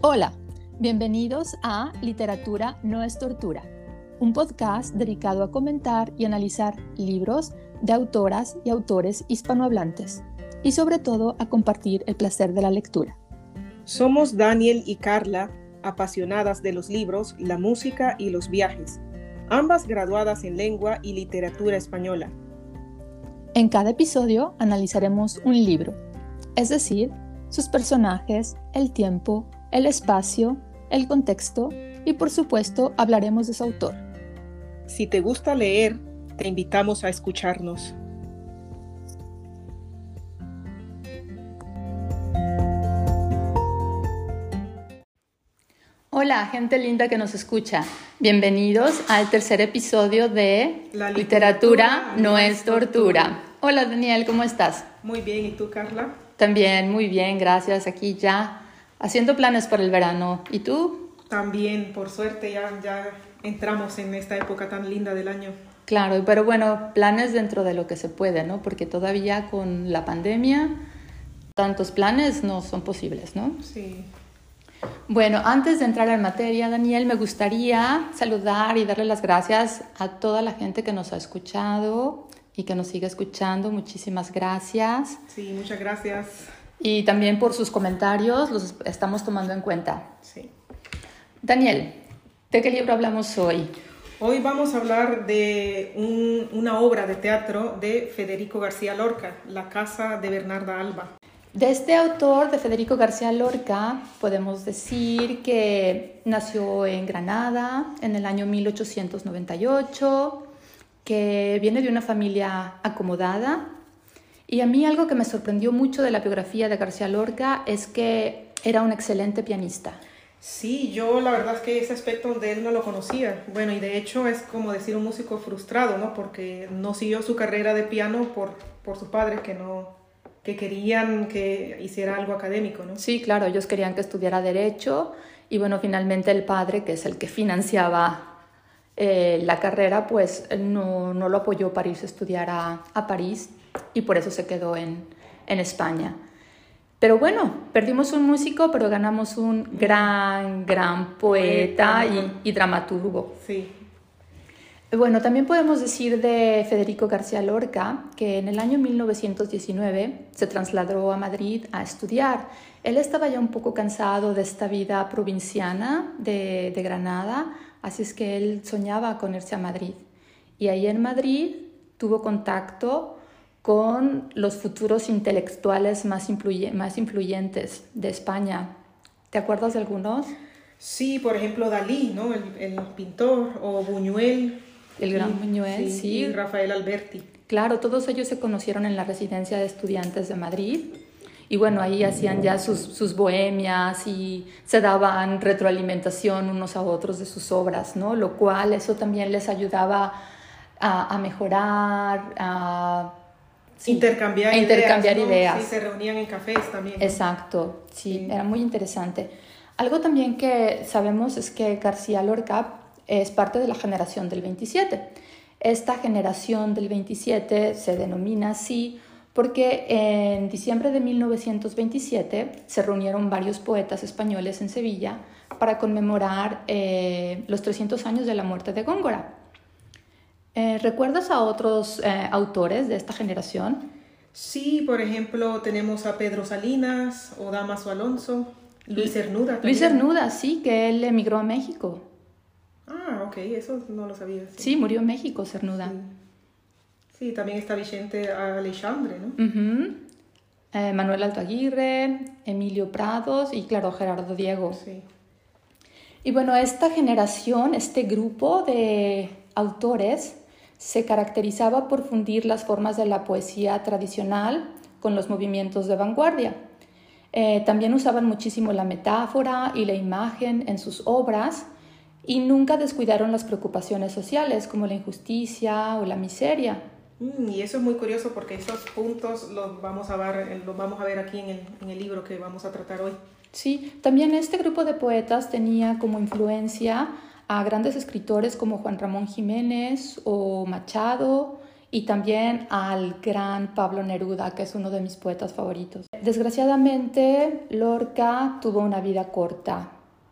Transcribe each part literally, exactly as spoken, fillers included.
Hola, bienvenidos a Literatura no es tortura, un podcast dedicado a comentar y analizar libros de autoras y autores hispanohablantes y sobre todo a compartir el placer de la lectura. Somos Daniel y Carla, apasionadas de los libros, la música y los viajes, ambas graduadas en lengua y literatura española. En cada episodio analizaremos un libro, es decir, sus personajes, el tiempo, el espacio, el contexto y por supuesto hablaremos de su autor. Si te gusta leer, te invitamos a escucharnos. Hola, gente linda que nos escucha. Bienvenidos al tercer episodio de La Literatura no es tortura. Hola, Daniel, ¿cómo estás? Muy bien, ¿y tú, Carla? También, muy bien, gracias. Aquí ya haciendo planes para el verano. ¿Y tú? También, por suerte, ya, ya entramos en esta época tan linda del año. Claro, pero bueno, planes dentro de lo que se puede, ¿no? Porque todavía con la pandemia, tantos planes no son posibles, ¿no? Sí. Bueno, antes de entrar en materia, Daniel, me gustaría saludar y darle las gracias a toda la gente que nos ha escuchado y que nos sigue escuchando. Muchísimas gracias. Sí, muchas gracias. Y también por sus comentarios, los estamos tomando en cuenta. Sí. Daniel, ¿de qué libro hablamos hoy? Hoy vamos a hablar de un, una obra de teatro de Federico García Lorca, La casa de Bernarda Alba. De este autor, de Federico García Lorca, podemos decir que nació en Granada en el año mil ochocientos noventa y ocho, que viene de una familia acomodada. Y a mí algo que me sorprendió mucho de la biografía de García Lorca es que era un excelente pianista. Sí, yo la verdad es que ese aspecto de él no lo conocía. Bueno, y de hecho es como decir un músico frustrado, ¿no? Porque no siguió su carrera de piano por, por sus padres que no... que querían que hiciera algo académico, ¿no? Sí, claro, ellos querían que estudiara Derecho y bueno, finalmente el padre, que es el que financiaba eh, la carrera, pues no, no lo apoyó para irse a estudiar a, a París y por eso se quedó en, en España. Pero bueno, perdimos un músico, pero ganamos un gran, gran poeta y, y dramaturgo. Sí. Bueno, también podemos decir de Federico García Lorca que en el año mil novecientos diecinueve se trasladó a Madrid a estudiar. Él estaba ya un poco cansado de esta vida provinciana de, de Granada, así es que él soñaba con irse a Madrid. Y ahí en Madrid tuvo contacto con los futuros intelectuales más, influye, más influyentes de España. ¿Te acuerdas de algunos? Sí, por ejemplo, Dalí, ¿no? El, el pintor, o Buñuel. El gran y, Buñuel, sí, sí. Y Rafael Alberti. Claro, todos ellos se conocieron en la residencia de estudiantes de Madrid y bueno, ahí hacían ya sus, sus bohemias y se daban retroalimentación unos a otros de sus obras, ¿no? Lo cual eso también les ayudaba a, a mejorar, a... Sí, intercambiar, a intercambiar ideas, ¿no? ideas. Sí, se reunían en cafés también, ¿no? Exacto, sí, Sí. Era muy interesante. Algo también que sabemos es que García Lorca es parte de la generación del veintisiete. Esta generación del veintisiete se denomina así porque en diciembre de mil novecientos veintisiete se reunieron varios poetas españoles en Sevilla para conmemorar eh, los trescientos años de la muerte de Góngora. Eh, ¿Recuerdas a otros eh, autores de esta generación? Sí, por ejemplo, tenemos a Pedro Salinas o Dámaso Alonso, Luis Cernuda también. Luis Cernuda, sí, que él emigró a México. Ah, ok, eso no lo sabía. Sí, sí murió en México, Cernuda. Sí, sí, también está Vicente Aleixandre, ¿no? Uh-huh. eh, Manuel Alto Aguirre, Emilio Prados y, claro, Gerardo Diego. Sí. Y bueno, esta generación, este grupo de autores se caracterizaba por fundir las formas de la poesía tradicional con los movimientos de vanguardia. Eh, también usaban muchísimo la metáfora y la imagen en sus obras y nunca descuidaron las preocupaciones sociales como la injusticia o la miseria. Mm, y eso es muy curioso porque esos puntos los vamos a ver, los vamos a ver aquí en el, en el libro que vamos a tratar hoy. Sí, también este grupo de poetas tenía como influencia a grandes escritores como Juan Ramón Jiménez o Machado y también al gran Pablo Neruda, que es uno de mis poetas favoritos. Desgraciadamente, Lorca tuvo una vida corta.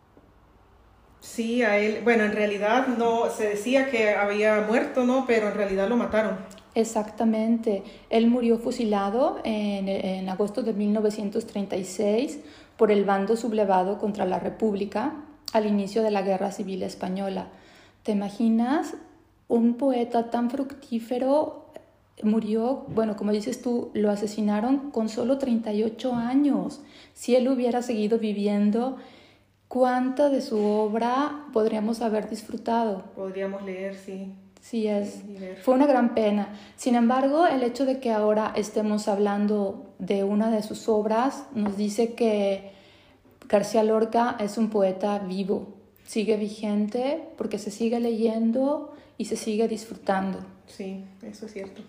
Sí, a él, bueno, en realidad no, se decía que había muerto, ¿no? Pero en realidad lo mataron. Exactamente. Él murió fusilado en, en agosto de mil novecientos treinta y seis por el bando sublevado contra la República al inicio de la Guerra Civil Española. ¿Te imaginas? Un poeta tan fructífero murió, bueno, como dices tú, lo asesinaron con solo treinta y ocho años. Si él hubiera seguido viviendo, ¿cuánta de su obra podríamos haber disfrutado? Podríamos leer, sí. Sí, es, fue una gran pena. Sin embargo, el hecho de que ahora estemos hablando de una de sus obras nos dice que García Lorca es un poeta vivo, sigue vigente porque se sigue leyendo y se sigue disfrutando. Sí, eso es cierto.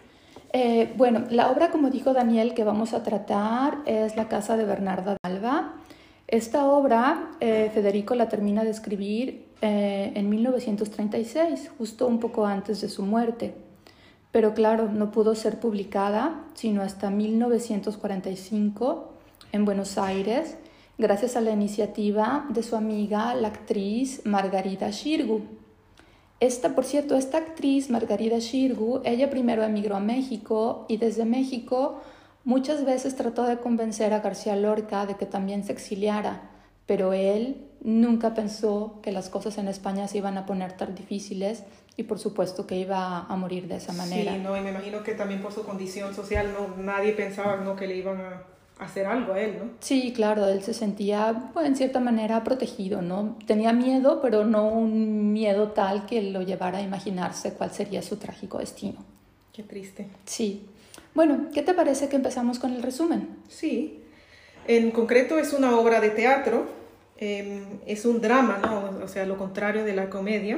Eh, bueno, la obra, como dijo Daniel, que vamos a tratar es La casa de Bernarda de Alba. Esta obra, eh, Federico la termina de escribir eh, en mil novecientos treinta y seis, justo un poco antes de su muerte. Pero claro, no pudo ser publicada sino hasta mil novecientos cuarenta y cinco en Buenos Aires, gracias a la iniciativa de su amiga, la actriz Margarida Xirgu. Esta, por cierto, esta actriz, Margarida Xirgu, ella primero emigró a México y desde México muchas veces trató de convencer a García Lorca de que también se exiliara, pero él nunca pensó que las cosas en España se iban a poner tan difíciles y por supuesto que iba a morir de esa manera. Sí, no, y me imagino que también por su condición social no, nadie pensaba, ¿no?, que le iban a hacer algo a él, ¿no? Sí, claro, él se sentía, pues, en cierta manera protegido, ¿no? Tenía miedo, pero no un miedo tal que lo llevara a imaginarse cuál sería su trágico destino. Qué triste. Sí. Bueno, ¿qué te parece que empezamos con el resumen? Sí, en concreto es una obra de teatro, eh, es un drama, ¿no? O sea, lo contrario de la comedia.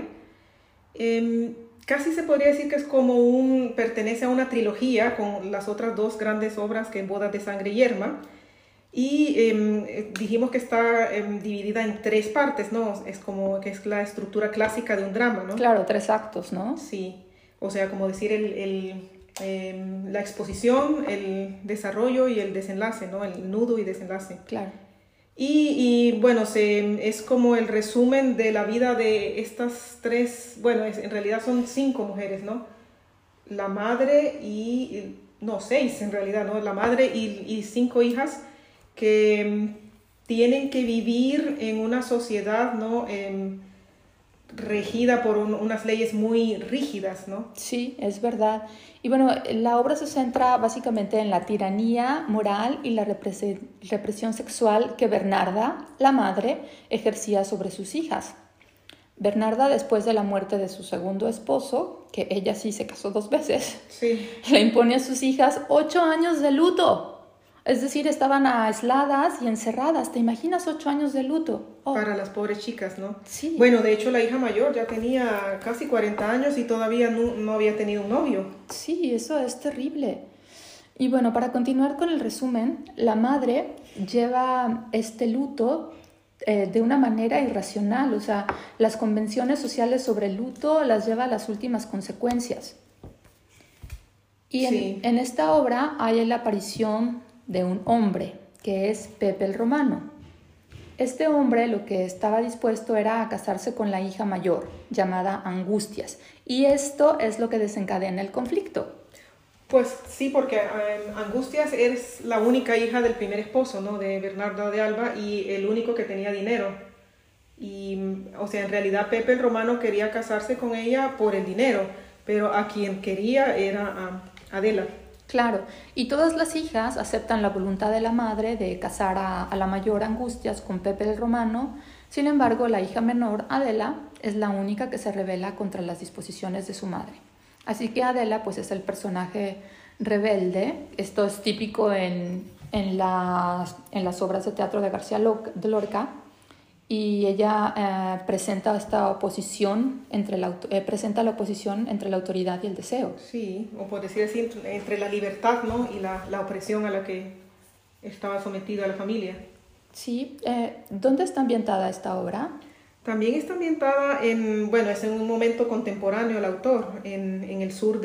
Eh, casi se podría decir que es como un, pertenece a una trilogía con las otras dos grandes obras que en Bodas de Sangre y Yerma. Y eh, dijimos que está eh, dividida en tres partes, ¿no? Es como que es la estructura clásica de un drama, ¿no? Claro, tres actos, ¿no? Sí, o sea, como decir el... el Eh, la exposición, el desarrollo y el desenlace, ¿no? El nudo y desenlace. Claro. Y, y bueno, se, es como el resumen de la vida de estas tres, bueno, es, en realidad son cinco mujeres, ¿no? La madre y, no, seis en realidad, ¿no? La madre y, y cinco hijas que um, tienen que vivir en una sociedad, ¿no? Eh, regida por un, unas leyes muy rígidas, ¿no? Sí, es verdad. Y bueno, la obra se centra básicamente en la tiranía moral y la represión, represión sexual que Bernarda, la madre, ejercía sobre sus hijas. Bernarda, después de la muerte de su segundo esposo, que ella sí se casó dos veces, sí, le impone a sus hijas ocho años de luto. Es decir, estaban aisladas y encerradas. ¿Te imaginas ocho años de luto? Oh. Para las pobres chicas, ¿no? Sí. Bueno, de hecho, la hija mayor ya tenía casi cuarenta años y todavía no, no había tenido un novio. Sí, eso es terrible. Y bueno, para continuar con el resumen, la madre lleva este luto eh, de una manera irracional. O sea, las convenciones sociales sobre el luto las lleva a las últimas consecuencias. Y sí. en, en esta obra hay la aparición de un hombre, que es Pepe el Romano. Este hombre lo que estaba dispuesto era a casarse con la hija mayor, llamada Angustias, y esto es lo que desencadena el conflicto. Pues sí, porque um, Angustias es la única hija del primer esposo, ¿no?, de Bernarda de Alba, y el único que tenía dinero. Y, o sea, en realidad Pepe el Romano quería casarse con ella por el dinero, pero a quien quería era a Adela. Claro, y todas las hijas aceptan la voluntad de la madre de casar a, a la mayor Angustias con Pepe el Romano. Sin embargo, la hija menor, Adela, es la única que se rebela contra las disposiciones de su madre. Así que Adela, pues, es el personaje rebelde. Esto es típico en, en, las, en las obras de teatro de García Lorca. Y ella eh, presenta esta oposición entre la, eh, presenta la oposición entre la autoridad y el deseo. Sí, o por decir así, entre, entre la libertad, ¿no?, y la, la opresión a la que estaba sometida la familia. Sí, eh, ¿dónde está ambientada esta obra? También está ambientada en, bueno, es en un momento contemporáneo el autor, en, en el sur de,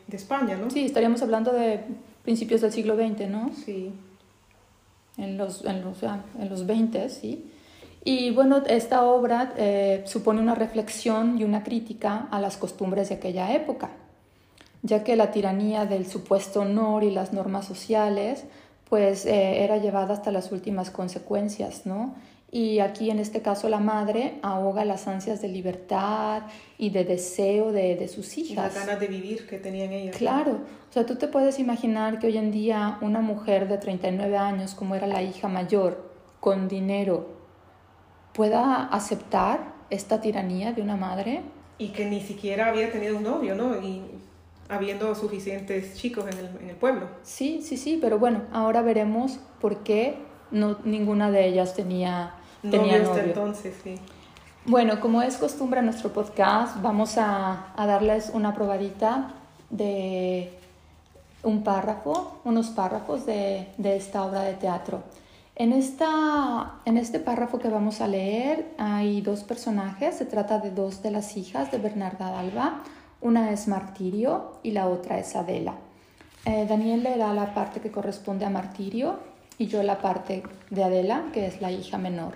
de España, ¿no? Sí, estaríamos hablando de principios del siglo veinte, ¿no? Sí. En los, en los, en los veinte, sí. Y bueno, esta obra eh, supone una reflexión y una crítica a las costumbres de aquella época, ya que la tiranía del supuesto honor y las normas sociales pues eh, era llevada hasta las últimas consecuencias, ¿no? Y aquí en este caso la madre ahoga las ansias de libertad y de deseo de, de sus hijas. Y las ganas de vivir que tenían ellas. Claro, o sea, tú te puedes imaginar que hoy en día una mujer de treinta y nueve años, como era la hija mayor, con dinero, pueda aceptar esta tiranía de una madre. Y que ni siquiera había tenido un novio, ¿no? Y habiendo suficientes chicos en el, en el pueblo. Sí, sí, sí, pero bueno, ahora veremos por qué no, ninguna de ellas tenía, tenía novio. novio. Hasta entonces, sí. Bueno, como es costumbre en nuestro podcast, vamos a, a darles una probadita de un párrafo, unos párrafos de, de esta obra de teatro. En, esta, en este párrafo que vamos a leer hay dos personajes, se trata de dos de las hijas de Bernarda Alba, una es Martirio y la otra es Adela. Eh, Daniel leerá la parte que corresponde a Martirio y yo la parte de Adela, que es la hija menor.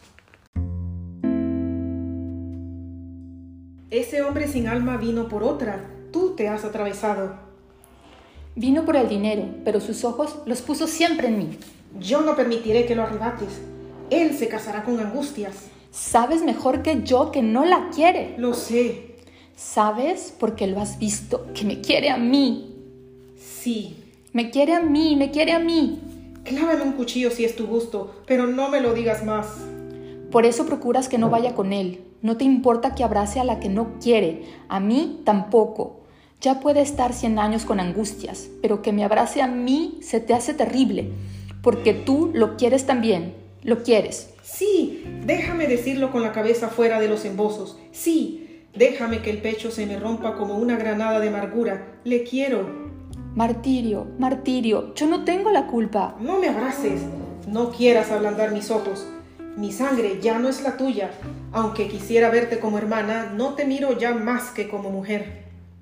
Ese hombre sin alma vino por otra, tú te has atravesado. Vino por el dinero, pero sus ojos los puso siempre en mí. Yo no permitiré que lo arrebates. Él se casará con Angustias. Sabes mejor que yo que no la quiere. Lo sé. Sabes, porque lo has visto, que me quiere a mí. Sí. Me quiere a mí, me quiere a mí. Clávame un cuchillo si es tu gusto, pero no me lo digas más. Por eso procuras que no vaya con él. No te importa que abrace a la que no quiere. A mí tampoco. Ya puede estar cien años con Angustias, pero que me abrace a mí se te hace terrible. Porque tú lo quieres también. Lo quieres. Sí, déjame decirlo con la cabeza fuera de los embozos. Sí, déjame que el pecho se me rompa como una granada de amargura. Le quiero. Martirio, Martirio, yo no tengo la culpa. No me abraces. No quieras ablandar mis ojos. Mi sangre ya no es la tuya. Aunque quisiera verte como hermana, no te miro ya más que como mujer.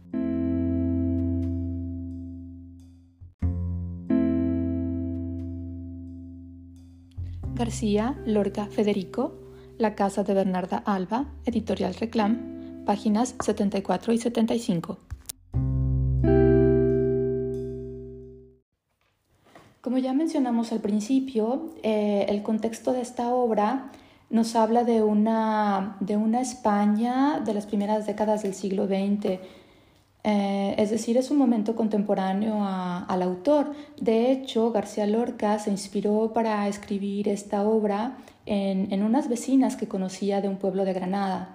García Lorca Federico, La casa de Bernarda Alba, Editorial Reclam, páginas setenta y cuatro y setenta y cinco. Como ya mencionamos al principio, eh, el contexto de esta obra nos habla de una, de una España de las primeras décadas del siglo veinte. Eh, es decir, es un momento contemporáneo a, al autor. De hecho, García Lorca se inspiró para escribir esta obra en, en unas vecinas que conocía de un pueblo de Granada.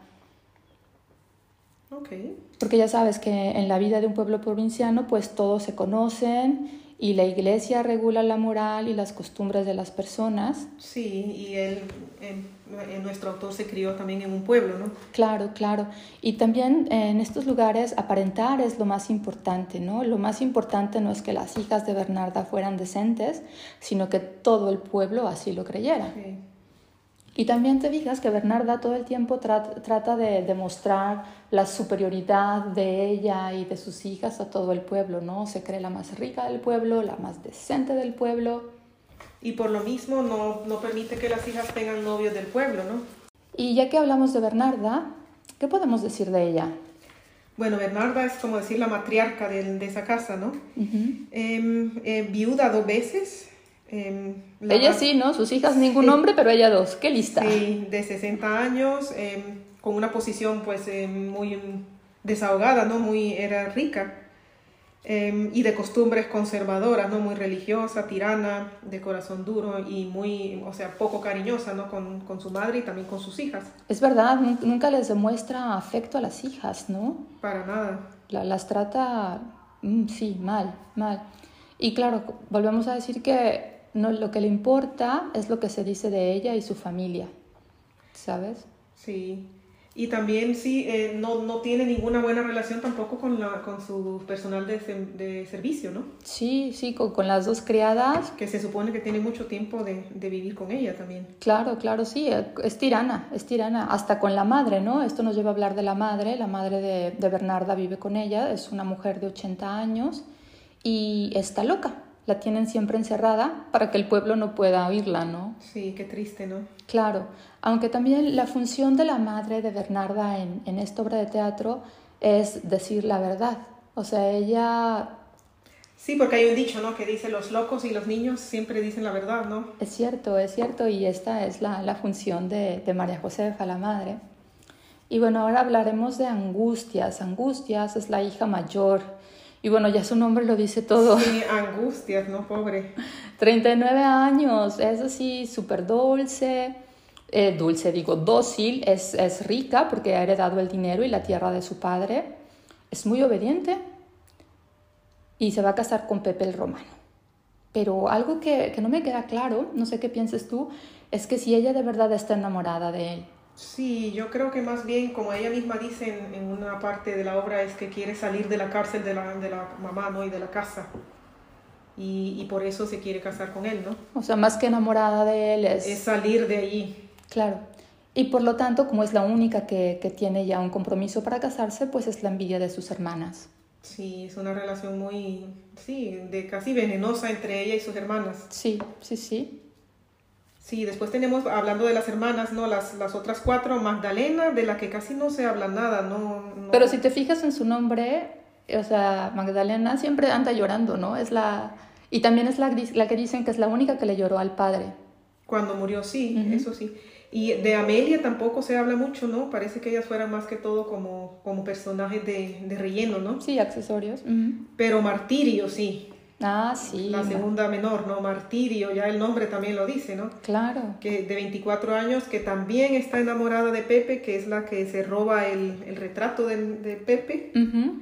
Okay. Porque ya sabes que en la vida de un pueblo provinciano pues todos se conocen y la iglesia regula la moral y las costumbres de las personas. Sí, y él, en, en nuestro autor se crió también en un pueblo, ¿no? Claro, claro. Y también en estos lugares aparentar es lo más importante, ¿no? Lo más importante no es que las hijas de Bernarda fueran decentes, sino que todo el pueblo así lo creyera. Sí. Y también te fijas que Bernarda todo el tiempo trata, trata de demostrar la superioridad de ella y de sus hijas a todo el pueblo, ¿no? Se cree la más rica del pueblo, la más decente del pueblo. Y por lo mismo no, no permite que las hijas tengan novios del pueblo, ¿no? Y ya que hablamos de Bernarda, ¿qué podemos decir de ella? Bueno, Bernarda es como decir la matriarca de, de esa casa, ¿no? Uh-huh. Eh, eh, viuda dos veces. Eh, ella más... sí, ¿no? Sus hijas ningún sí. hombre, pero ella dos. ¡Qué lista! Sí, de sesenta años, eh, con una posición pues eh, muy desahogada, ¿no? Muy, era rica. Eh, y de costumbres conservadoras, ¿no? Muy religiosa, tirana, de corazón duro y muy, o sea, poco cariñosa, ¿no? Con, con su madre y también con sus hijas. Es verdad, nunca les demuestra afecto a las hijas, ¿no? Para nada. La, las trata, mm, sí, mal, mal. Y claro, volvemos a decir que no, lo que le importa es lo que se dice de ella y su familia, ¿sabes? Sí. Y también sí, eh, no, no tiene ninguna buena relación tampoco con, la, con su personal de, de servicio, ¿no? Sí, sí, con, con las dos criadas. Que se supone que tiene mucho tiempo de, de vivir con ella también. Claro, claro, sí, es tirana, es tirana. Hasta con la madre, ¿no? Esto nos lleva a hablar de la madre. La madre de, de Bernarda vive con ella, es una mujer de ochenta años y está loca. La tienen siempre encerrada para que el pueblo no pueda oírla, ¿no? Sí, qué triste, ¿no? Claro, aunque también la función de la madre de Bernarda en, en esta obra de teatro es decir la verdad. O sea, ella... Sí, porque hay un dicho, ¿no? Que dice los locos y los niños siempre dicen la verdad, ¿no? Es cierto, es cierto, y esta es la, la función de, de María Josefa, la madre. Y bueno, ahora hablaremos de Angustias. Angustias es la hija mayor. Y bueno, ya su nombre lo dice todo. Sí, Angustias, ¿no? Pobre. treinta y nueve años, es así, súper dulce, eh, dulce digo, dócil, es, es rica porque ha heredado el dinero y la tierra de su padre, es muy obediente y se va a casar con Pepe el Romano. Pero algo que, que no me queda claro, no sé qué pienses tú, es que si ella de verdad está enamorada de él. Sí, yo creo que más bien, como ella misma dice en, en una parte de la obra, es que quiere salir de la cárcel de la, de la mamá, ¿no? Y de la casa. Y, y por eso se quiere casar con él, ¿no? O sea, más que enamorada de él es... Es salir de allí. Claro. Y por lo tanto, como es la única que, que tiene ya un compromiso para casarse, pues es la envidia de sus hermanas. Sí, es una relación muy, sí, de casi venenosa entre ella y sus hermanas. Sí, sí, sí. Sí, después tenemos, hablando de las hermanas, ¿no? Las, las otras cuatro, Magdalena, de la que casi no se habla nada, ¿no? no... Pero si te fijas en su nombre, o sea, Magdalena siempre anda llorando, ¿no? Es la... Y también es la, la que dicen que es la única que le lloró al padre. Cuando murió, sí, Uh-huh. eso sí. Y de Amelia tampoco se habla mucho, ¿no? Parece que ellas fueran más que todo como, como personajes de, de relleno, ¿no? Sí, accesorios. Uh-huh. Pero Martirio, sí. Ah, sí. La segunda menor, ¿no? Martirio, ya el nombre también lo dice, ¿no? Claro. Que de veinticuatro años, que también está enamorada de Pepe, que es la que se roba el, el retrato de, de Pepe. Uh-huh.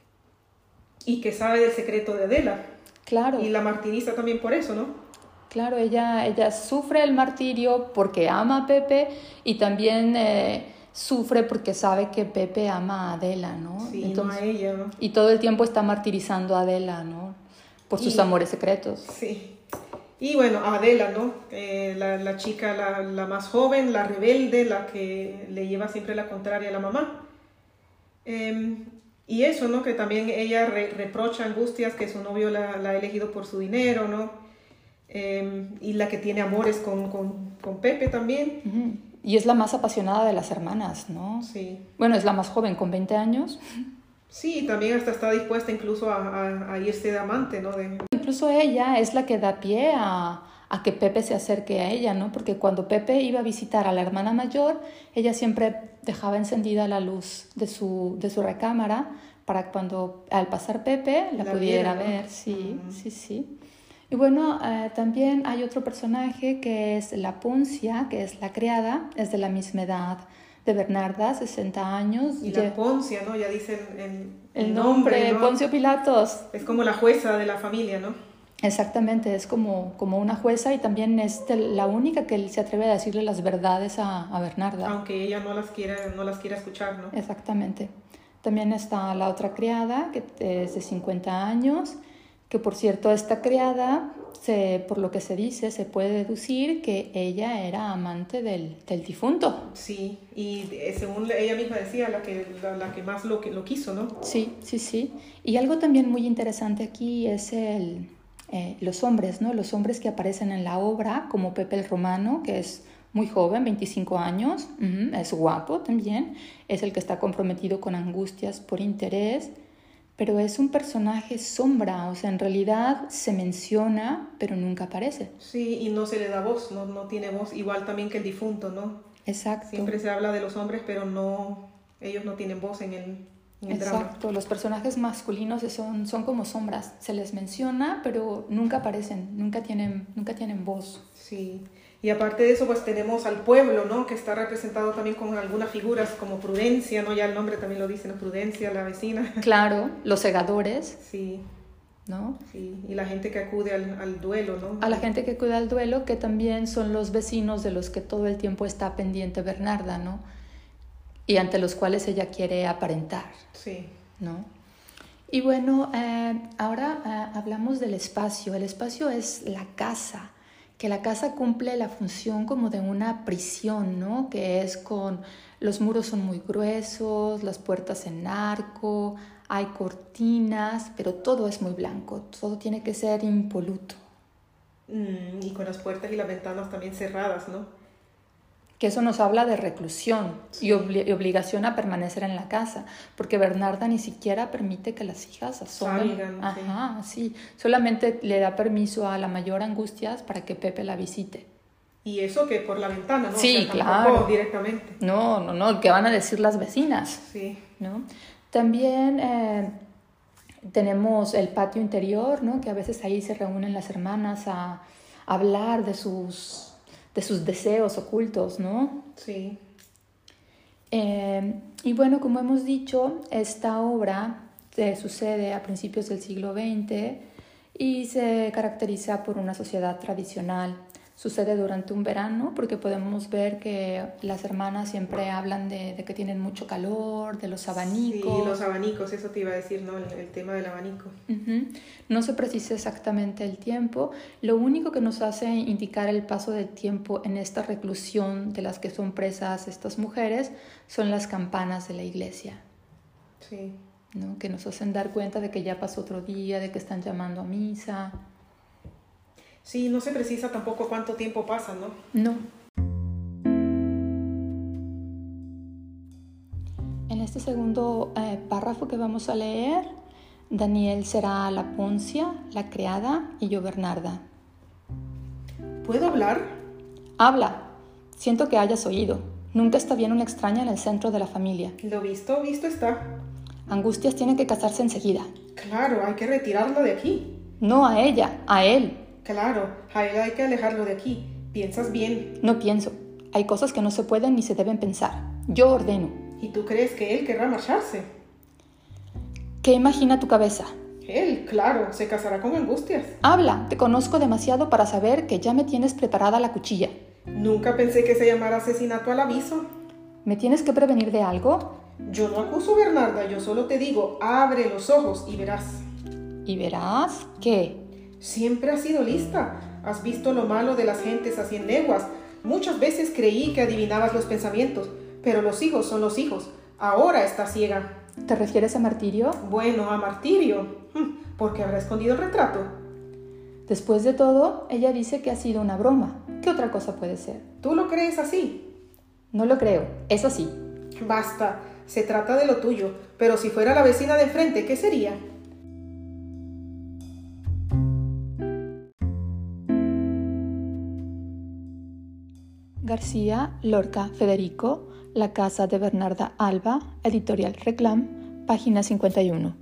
Y que sabe del secreto de Adela. Claro. Y la martiriza también por eso, ¿no? Claro, ella, ella sufre el martirio porque ama a Pepe y también eh, sufre porque sabe que Pepe ama a Adela, ¿no? Sí, Entonces, no a ella, ¿no? Y todo el tiempo está martirizando a Adela, ¿no? Por sus y, amores secretos. Sí. Y bueno, Adela, ¿no? Eh, la, la chica, la, la más joven, la rebelde, la que le lleva siempre la contraria a la mamá. Eh, y eso, ¿no? Que también ella re, reprocha a Angustias que su novio la, la ha elegido por su dinero, ¿no? Eh, y la que tiene amores con, con, con Pepe también. Uh-huh. Y es la más apasionada de las hermanas, ¿no? Sí. Bueno, es la más joven, con veinte años. Sí, también hasta está dispuesta incluso a, a, a irse de amante, ¿no? De... Incluso ella es la que da pie a, a que Pepe se acerque a ella, ¿no? Porque cuando Pepe iba a visitar a la hermana mayor, ella siempre dejaba encendida la luz de su, de su recámara para cuando al pasar Pepe la, la pudiera viera, ¿no? ver. Sí, uh-huh. sí, sí. Y bueno, eh, también hay otro personaje que es la Poncia, que es la criada, es de la misma edad de Bernarda, sesenta años. Y la Poncia, ¿no? Ya dicen el, el, el nombre, nombre ¿no? Poncio Pilatos. Es como la jueza de la familia, ¿no? Exactamente, es como, como una jueza y también es de la única que se atreve a decirle las verdades a, a Bernarda. Aunque ella no las quiera, no las quiera escuchar, ¿no? Exactamente. También está la otra criada, que es de cincuenta años, que por cierto esta criada, se, por lo que se dice, se puede deducir que ella era amante del, del difunto. Sí, y según ella misma decía, la que, la, la que más lo, lo quiso, ¿no? Sí, sí, sí. Y algo también muy interesante aquí es el, eh, los hombres, ¿no? Los hombres que aparecen en la obra, como Pepe el Romano, que es muy joven, veinticinco años, uh-huh, es guapo también, es el que está comprometido con Angustias por interés, pero es un personaje sombra, o sea, en realidad se menciona, pero nunca aparece. Sí, y no se le da voz, no, no tiene voz, igual también que el difunto, ¿no? Exacto. Siempre se habla de los hombres, pero no, ellos no tienen voz en el, en el drama. Exacto, los personajes masculinos son, son como sombras, se les menciona, pero nunca aparecen, nunca tienen, nunca tienen voz. Sí. Y aparte de eso, pues tenemos al pueblo, ¿no? Que está representado también con algunas figuras como Prudencia, ¿no? Ya el nombre también lo dice, ¿no? Prudencia, la vecina. Claro, los segadores. Sí. ¿No? Sí, y la gente que acude al, al duelo, ¿no? A la gente que cuida al duelo, que también son los vecinos de los que todo el tiempo está pendiente Bernarda, ¿no? y ante los cuales ella quiere aparentar. Sí. ¿No? Y bueno, eh, ahora eh, hablamos del espacio. El espacio es la casa, que la casa cumple la función como de una prisión, ¿no? Que es con los muros son muy gruesos, las puertas en arco, hay cortinas, pero todo es muy blanco, todo tiene que ser impoluto. Mm, y con las puertas y las ventanas también cerradas, ¿no? Que eso nos habla de reclusión y, obli- y obligación a permanecer en la casa, porque Bernarda ni siquiera permite que las hijas asomen. Salgan, Ajá, sí. Solamente le da permiso a la mayor Angustias para que Pepe la visite. Y eso que por la ventana, ¿no? Sí, o sea, claro. Directamente. No, no, no, ¿qué van a decir las vecinas? Sí. ¿No? También eh, tenemos el patio interior, ¿no? Que a veces ahí se reúnen las hermanas a, a hablar de sus... de sus deseos ocultos, ¿no? Sí. Eh, y bueno, como hemos dicho, esta obra eh, sucede a principios del siglo veinte y se caracteriza por una sociedad tradicional. Sucede durante un verano porque podemos ver que las hermanas siempre hablan de, de que tienen mucho calor, de los abanicos. Sí, los abanicos, eso te iba a decir, ¿no? El, el tema del abanico. Uh-huh. No se precisa exactamente el tiempo. Lo único que nos hace indicar el paso del tiempo en esta reclusión de las que son presas estas mujeres son las campanas de la iglesia. Sí. ¿No? Que nos hacen dar cuenta de que ya pasó otro día, de que están llamando a misa. Sí, no se precisa tampoco cuánto tiempo pasa, ¿no? No. En este segundo eh, párrafo que vamos a leer, Daniel será la Poncia, la criada y yo Bernarda. ¿Puedo hablar? Habla. Siento que hayas oído. Nunca está bien una extraña en el centro de la familia. Lo visto, visto está. Angustias tiene que casarse enseguida. Claro, hay que retirarlo de aquí. No a ella, a él. Claro, a él hay que alejarlo de aquí. ¿Piensas bien? No pienso. Hay cosas que no se pueden ni se deben pensar. Yo ordeno. ¿Y tú crees que él querrá marcharse? ¿Qué imagina tu cabeza? Él, claro, se casará con Angustias. Habla, te conozco demasiado para saber que ya me tienes preparada la cuchilla. Nunca pensé que se llamara asesinato al aviso. ¿Me tienes que prevenir de algo? Yo no acuso, Bernarda, yo solo te digo, abre los ojos y verás. ¿Y verás qué? Siempre has sido lista. Has visto lo malo de las gentes a cien leguas. Muchas veces creí que adivinabas los pensamientos, pero los hijos son los hijos. Ahora estás ciega. ¿Te refieres a Martirio? Bueno, a Martirio. ¿Por qué habrá escondido el retrato? Después de todo, ella dice que ha sido una broma. ¿Qué otra cosa puede ser? ¿Tú lo crees así? No lo creo, es así. Basta, se trata de lo tuyo. Pero si fuera la vecina de enfrente, ¿qué sería? García, Lorca, Federico, La casa de Bernarda Alba, editorial Reclam, página cincuenta y uno.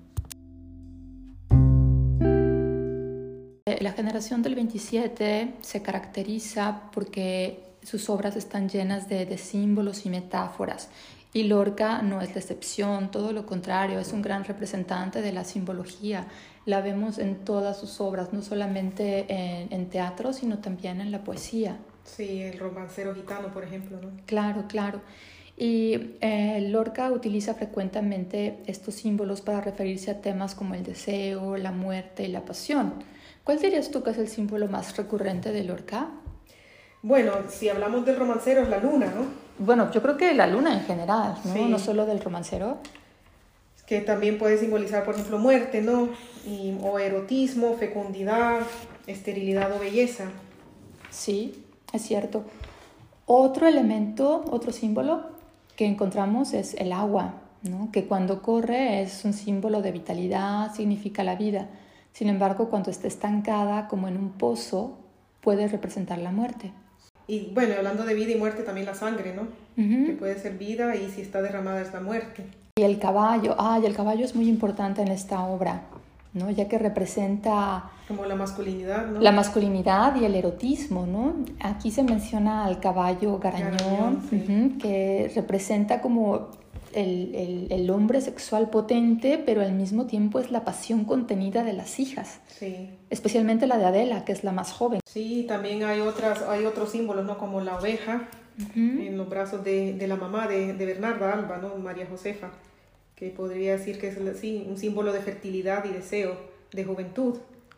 La generación del veintisiete se caracteriza porque sus obras están llenas de, de símbolos y metáforas, y Lorca no es la excepción, todo lo contrario, es un gran representante de la simbología. La vemos en todas sus obras, no solamente en, en teatro, sino también en la poesía. Sí, el romancero gitano, por ejemplo, ¿no? Claro, claro. Y eh, Lorca utiliza frecuentemente estos símbolos para referirse a temas como el deseo, la muerte y la pasión. ¿Cuál dirías tú que es el símbolo más recurrente de Lorca? Bueno, si hablamos del romancero es la luna, ¿no? Bueno, yo creo que la luna en general, ¿no? Sí. No solo del romancero. Que también puede simbolizar, por ejemplo, muerte, ¿no? Y, o erotismo, fecundidad, esterilidad o belleza. Sí, es cierto. Otro elemento, otro símbolo que encontramos es el agua, ¿no? Que cuando corre es un símbolo de vitalidad, significa la vida. Sin embargo, cuando está estancada, como en un pozo, puede representar la muerte. Y bueno, hablando de vida y muerte, también la sangre, ¿no? Uh-huh. Que puede ser vida y si está derramada es la muerte. Y el caballo, ah, y el caballo es muy importante en esta obra, ¿no? Ya que representa como la masculinidad, ¿no? La masculinidad y el erotismo, ¿no? Aquí se menciona al caballo Garañón, Garañón, sí. uh-huh, que representa como el, el, el hombre sexual potente, pero al mismo tiempo es la pasión contenida de las hijas. Sí. Especialmente la de Adela, que es la más joven. Sí, también hay otras, hay otros símbolos, ¿no? Como la oveja, Uh-huh. En los brazos de, de la mamá de, de Bernarda Alba, ¿no? María Josefa, que podría decir que es sí, un símbolo de fertilidad y deseo, de juventud.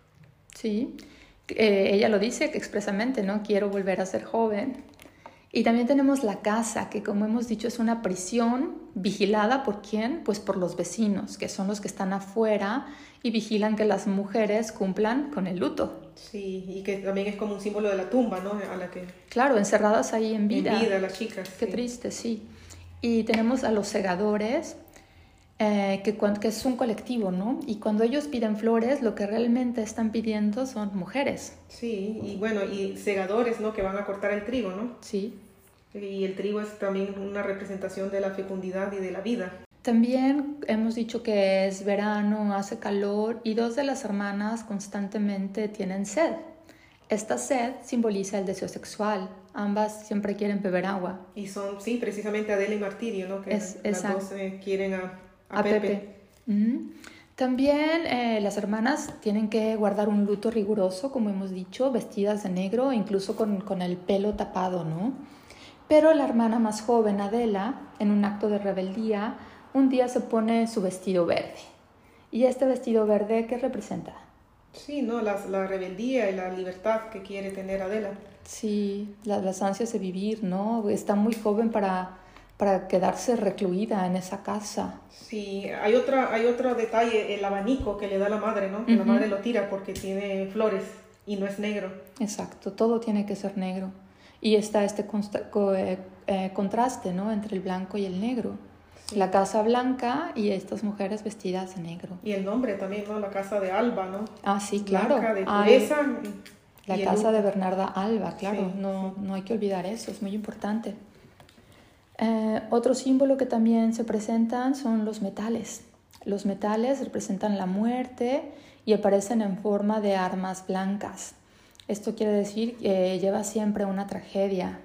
Sí, eh, ella lo dice expresamente, ¿no? Quiero volver a ser joven. Y también tenemos la casa, que como hemos dicho es una prisión vigilada ¿por quién? Pues por los vecinos, que son los que están afuera y vigilan que las mujeres cumplan con el luto. Sí, y que también es como un símbolo de la tumba, ¿no? A la que... Claro, encerradas ahí en vida. En vida, las chicas. Qué sí. triste, sí. Y tenemos a los segadores, eh, que, que es un colectivo, ¿no? Y cuando ellos piden flores, lo que realmente están pidiendo son mujeres. Sí, y bueno, y segadores, ¿no? Que van a cortar el trigo, ¿no? Sí. Y el trigo es también una representación de la fecundidad y de la vida. También hemos dicho que es verano, hace calor y dos de las hermanas constantemente tienen sed. Esta sed simboliza el deseo sexual. Ambas siempre quieren beber agua. Y son, sí, precisamente Adela y Martirio, ¿no? Que es, las exacto. dos eh, quieren a, a, a Pepe. Pepe. Uh-huh. También eh, las hermanas tienen que guardar un luto riguroso, como hemos dicho, vestidas de negro, incluso con, con el pelo tapado, ¿no? Pero la hermana más joven, Adela, en un acto de rebeldía, un día se pone su vestido verde. ¿Y este vestido verde qué representa? Sí, ¿no? La, la rebeldía y la libertad que quiere tener Adela. Sí, la, las ansias de vivir, ¿no? Está muy joven para, para quedarse recluida en esa casa. Sí, hay, otra, hay otro detalle, el abanico que le da la madre, ¿no? Que uh-huh. La madre lo tira porque tiene flores y no es negro. Exacto, todo tiene que ser negro. Y está este consta- co- eh, eh, contraste, ¿no? Entre el blanco y el negro. Sí. La casa blanca y estas mujeres vestidas de negro. Y el nombre también, ¿no? La casa de Alba, ¿no? Ah, sí, claro. Blanca, de pureza. La casa de Bernarda Alba, claro. Sí, no, sí. no hay que olvidar eso, es muy importante. Eh, otro símbolo que también se presentan son los metales. Los metales representan la muerte y aparecen en forma de armas blancas. Esto quiere decir que lleva siempre una tragedia.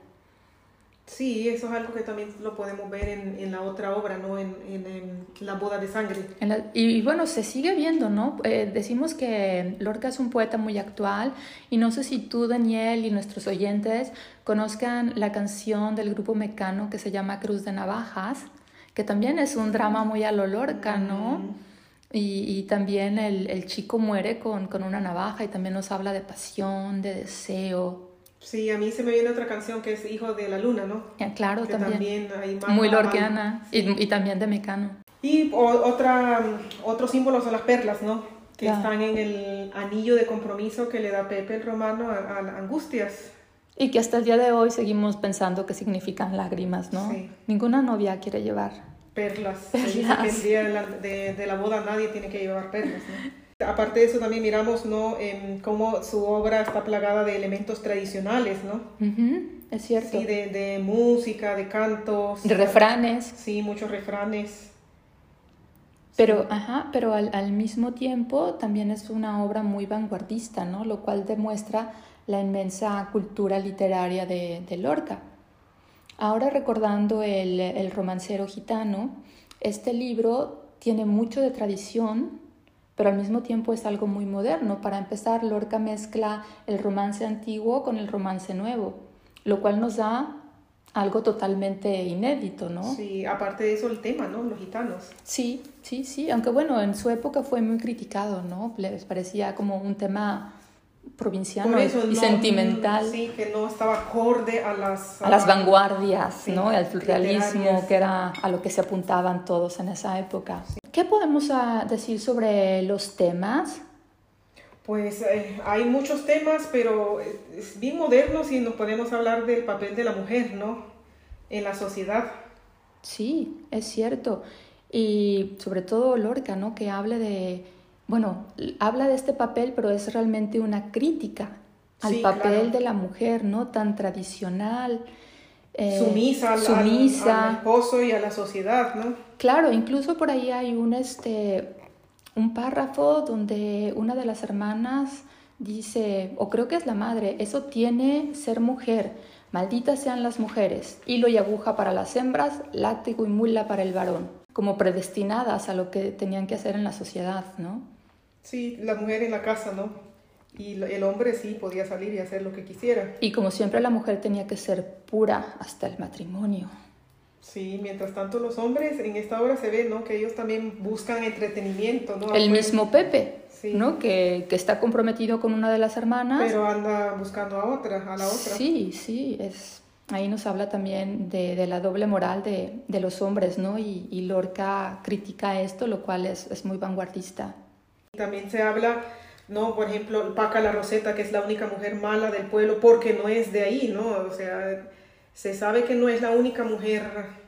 Sí, eso es algo que también lo podemos ver en, en la otra obra, ¿no? En, en, en La boda de sangre. En la, y, y bueno, se sigue viendo, ¿no? Eh, decimos que Lorca es un poeta muy actual y no sé si tú, Daniel, y nuestros oyentes conozcan la canción del grupo Mecano que se llama Cruz de Navajas, que también es un drama muy a lo Lorca, ¿no? Mm. Y, y también el, el chico muere con, con una navaja y también nos habla de pasión, de deseo. Sí, a mí se me viene otra canción que es Hijo de la Luna, ¿no? Ya, claro, que también. también hay más, muy lorquiana sí. y, y también de Mecano. Y o, otra, otro símbolo son las perlas, ¿no? Que ya. Están en el anillo de compromiso que le da Pepe el Romano a, a Angustias. Y que hasta el día de hoy seguimos pensando que significan lágrimas, ¿no? Sí. Ninguna novia quiere llevar perlas. perlas. Se dice que el día de la, de, de la boda nadie tiene que llevar perlas, ¿no? Aparte de eso también miramos, ¿no? Eh, cómo su obra está plagada de elementos tradicionales, ¿no? Uh-huh. Es cierto. Sí, de, de música, de cantos. De refranes. Sí, muchos refranes. Pero, sí. ajá, pero al, al mismo tiempo también es una obra muy vanguardista, ¿no? Lo cual demuestra la inmensa cultura literaria de, de Lorca. Ahora recordando el, el romancero gitano, este libro tiene mucho de tradición, pero al mismo tiempo es algo muy moderno. Para empezar, Lorca mezcla el romance antiguo con el romance nuevo, lo cual nos da algo totalmente inédito, ¿no? Sí, aparte de eso el tema, ¿no? Los gitanos. Sí, sí, sí, aunque bueno, en su época fue muy criticado, ¿no? Les parecía como un tema provinciano eso, y no, sentimental. Sí, que no estaba acorde a las... A, a las vanguardias, sí, ¿no? Al surrealismo, literarias. Que era a lo que se apuntaban todos en esa época. Sí. ¿Qué podemos uh, decir sobre los temas? Pues eh, hay muchos temas, pero es bien modernos y nos podemos hablar del papel de la mujer, ¿no? En la sociedad. Sí, es cierto. Y sobre todo Lorca, ¿no? Que hable de... Bueno, habla de este papel, pero es realmente una crítica al sí, papel claro. de la mujer, ¿no? Tan tradicional, eh, sumisa, al, sumisa. Al, al esposo y a la sociedad, ¿no? Claro, incluso por ahí hay un, este, un párrafo donde una de las hermanas dice, o creo que es la madre, eso tiene ser mujer, malditas sean las mujeres, hilo y aguja para las hembras, látigo y mula para el varón, como predestinadas a lo que tenían que hacer en la sociedad, ¿no? Sí, la mujer en la casa, ¿no? Y el hombre sí podía salir y hacer lo que quisiera. Y como siempre la mujer tenía que ser pura hasta el matrimonio. Sí, mientras tanto los hombres en esta obra se ve, ¿no? Que ellos también buscan entretenimiento, ¿no? El mismo Pepe, sí. ¿no? Que, que está comprometido con una de las hermanas. Pero anda buscando a otra, a la otra. Sí, sí, es... Ahí nos habla también de, de la doble moral de, de los hombres, ¿no? Y, y Lorca critica esto, lo cual es, es muy vanguardista. También se habla, ¿no? Por ejemplo, Paca la Roseta, que es la única mujer mala del pueblo porque no es de ahí, ¿no? O sea, se sabe que no es la única mujer,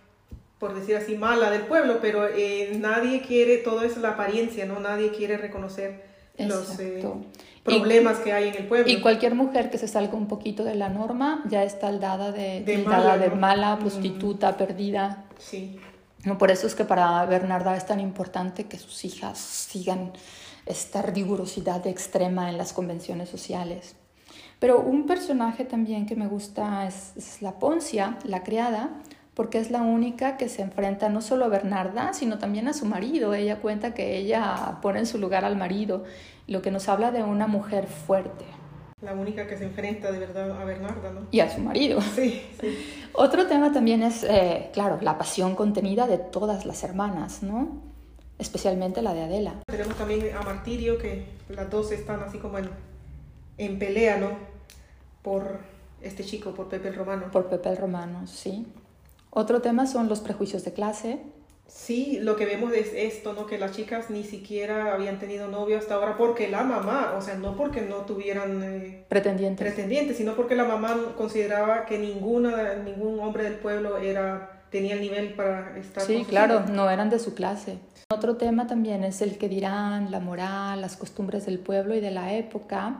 por decir así, mala del pueblo, pero eh, nadie quiere, todo es la apariencia, ¿no? Nadie quiere reconocer los eh, problemas y, que hay en el pueblo. Y cualquier mujer que se salga un poquito de la norma ya está tildada de, de tildada mala, de ¿no? mala, prostituta, mm. perdida. Sí. No, por eso es que para Bernarda es tan importante que sus hijas sigan esta rigurosidad extrema en las convenciones sociales. Pero un personaje también que me gusta es, es la Poncia, la criada, porque es la única que se enfrenta no solo a Bernarda, sino también a su marido. Ella cuenta que ella pone en su lugar al marido, lo que nos habla de una mujer fuerte. La única que se enfrenta de verdad a Bernarda, ¿no? Y a su marido. Sí, sí. Otro tema también es, eh, claro, la pasión contenida de todas las hermanas, ¿no? Especialmente la de Adela. Tenemos también a Martirio, que las dos están así como en, en pelea, ¿no? Por este chico, por Pepe el Romano. Por Pepe el Romano, sí. Otro tema son los prejuicios de clase. Sí, lo que vemos es esto, ¿no? Que las chicas ni siquiera habían tenido novio hasta ahora porque la mamá, o sea, no porque no tuvieran eh, pretendientes. pretendientes, sino porque la mamá consideraba que ninguna, ningún hombre del pueblo era, tenía el nivel para estar sí, con sus claro, hijas. No eran de su clase. Otro tema también es el que dirán, la moral, las costumbres del pueblo y de la época,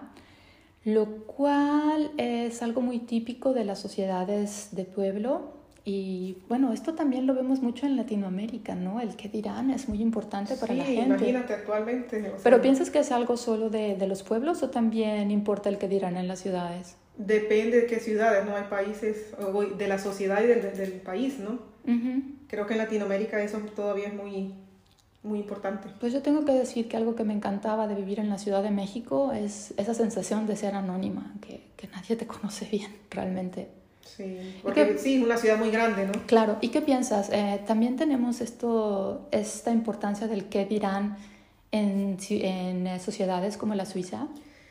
lo cual es algo muy típico de las sociedades de pueblo. Y bueno, esto también lo vemos mucho en Latinoamérica, ¿no? El qué dirán es muy importante para sí, la gente. Imagínate actualmente. O sea, ¿Pero piensas que es algo solo de, de los pueblos o también importa el qué dirán en las ciudades? Depende de qué ciudades, ¿no? Hay países, de la sociedad y del, del país, ¿no? Uh-huh. Creo que en Latinoamérica eso todavía es muy, muy importante. Pues yo tengo que decir que algo que me encantaba de vivir en la Ciudad de México es esa sensación de ser anónima, que, que nadie te conoce bien realmente. Sí, porque que, sí, es una ciudad muy grande, ¿no? Claro, ¿y qué piensas? Eh, también tenemos esto, esta importancia del qué dirán en, en sociedades como la Suiza.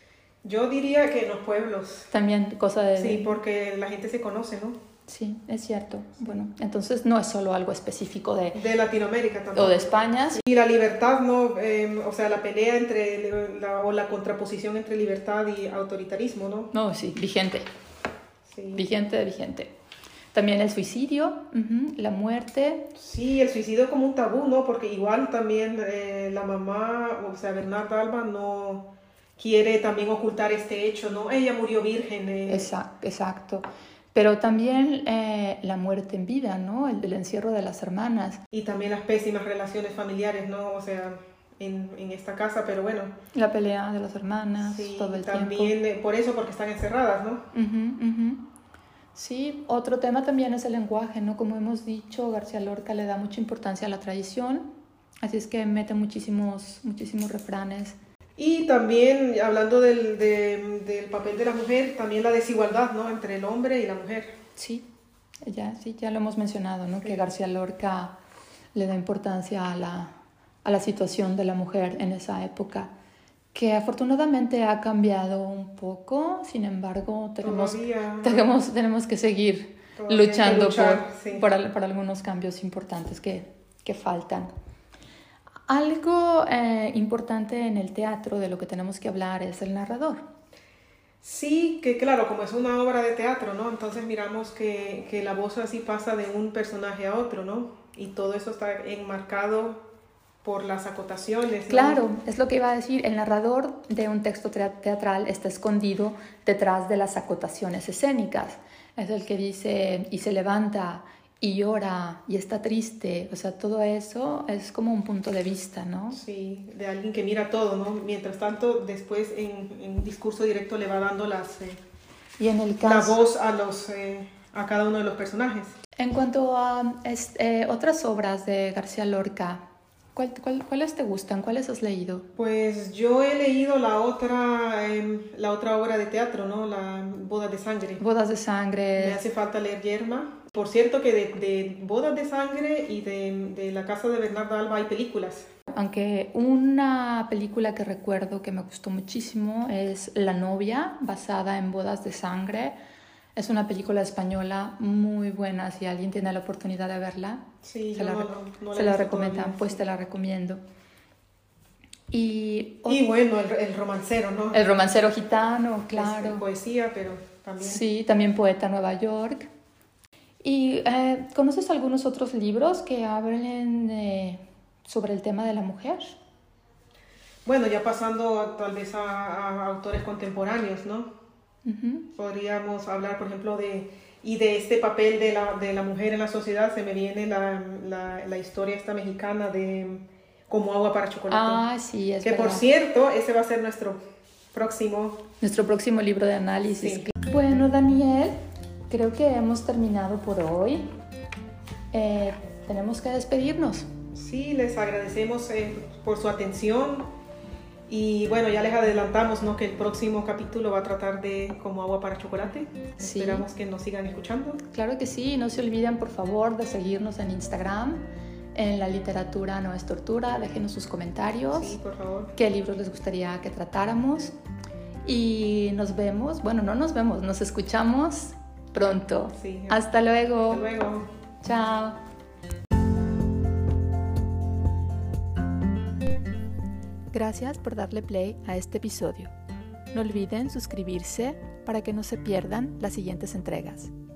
Yo diría que en los pueblos. También cosa de... Sí, porque la gente se conoce, ¿no? Sí, es cierto. Bueno, entonces no es solo algo específico de... De Latinoamérica también. O de España. Sí. Y la libertad, ¿no? Eh, o sea, la pelea entre, la, o la contraposición entre libertad y autoritarismo, ¿no? No, sí, vigente. Sí. Vigente, vigente. También el suicidio, uh-huh, la muerte. Sí, el suicidio como un tabú, ¿no? Porque igual también eh, la mamá, o sea, Bernarda Alba no quiere también ocultar este hecho, ¿no? Ella murió virgen. Eh. Exacto, exacto. Pero también eh, la muerte en vida, ¿no? El del encierro de las hermanas. Y también las pésimas relaciones familiares, ¿no? O sea, en, en esta casa, pero bueno. La pelea de las hermanas, sí, todo el también, tiempo. Eh, por eso, porque están encerradas, ¿no? Uh-huh, uh-huh. Sí, otro tema también es el lenguaje, ¿no? Como hemos dicho, García Lorca le da mucha importancia a la tradición, así es que mete muchísimos, muchísimos refranes. Y también, hablando del, de, del papel de la mujer, también la desigualdad, ¿no? Entre el hombre y la mujer. Sí, ya, sí, ya lo hemos mencionado, ¿no? Sí. Que García Lorca le da importancia a la, a la situación de la mujer en esa época, que afortunadamente ha cambiado un poco, sin embargo tenemos, tenemos, tenemos que seguir luchando que luchar, por, sí. por, por algunos cambios importantes que, que faltan. Algo eh, importante en el teatro de lo que tenemos que hablar es el narrador. Sí, que claro, como es una obra de teatro, ¿no? Entonces miramos que, que la voz así pasa de un personaje a otro, ¿no? Y todo eso está enmarcado por las acotaciones, ¿no? Claro, es lo que iba a decir. El narrador de un texto teatral está escondido detrás de las acotaciones escénicas. Es el que dice y se levanta y llora y está triste. O sea, todo eso es como un punto de vista, ¿no? Sí, de alguien que mira todo, ¿no? Mientras tanto, después en, en discurso directo le va dando las, eh, y en el caso, la voz a, los, eh, a cada uno de los personajes. En cuanto a este, eh, otras obras de García Lorca, ¿Cuál, cuál, ¿Cuáles te gustan? ¿Cuáles has leído? Pues yo he leído la otra, eh, la otra obra de teatro, ¿no? La Bodas de Sangre. Bodas de Sangre. Me hace falta leer Yerma. Por cierto que de, de Bodas de Sangre y de, de La Casa de Bernarda Alba hay películas. Aunque una película que recuerdo que me gustó muchísimo es La novia, basada en Bodas de Sangre. Es una película española muy buena, si alguien tiene la oportunidad de verla. Sí, se yo la, no, no se la la he recomiendan, todavía, pues sí. te la recomiendo. Y, y bueno, el, el romancero, ¿no? El romancero gitano, claro. Es poesía, pero también. Sí, también Poeta Nueva York. ¿Y eh, conoces algunos otros libros que hablen eh, sobre el tema de la mujer? Bueno, ya pasando tal vez a, a autores contemporáneos, ¿no? Uh-huh. Podríamos hablar, por ejemplo, de, y de este papel de la, de la mujer en la sociedad. Se me viene la, la, la historia esta mexicana de Como agua para chocolate. Ah, sí, es Que verdad. por cierto, ese va a ser nuestro próximo... Nuestro próximo libro de análisis. Sí. Bueno, Daniel, creo que hemos terminado por hoy. Eh, tenemos que despedirnos. Sí, les agradecemos eh, por su atención. Y bueno, ya les adelantamos, ¿no?, que el próximo capítulo va a tratar de Como agua para chocolate. Sí. Esperamos que nos sigan escuchando. Claro que sí. No se olviden, por favor, de seguirnos en Instagram. En La literatura no es tortura. Déjenos sus comentarios. Sí, por favor. ¿Qué libros les gustaría que tratáramos? Y nos vemos. Bueno, no nos vemos. Nos escuchamos pronto. Sí. Hasta luego. Hasta luego. Chao. Gracias por darle play a este episodio. No olviden suscribirse para que no se pierdan las siguientes entregas.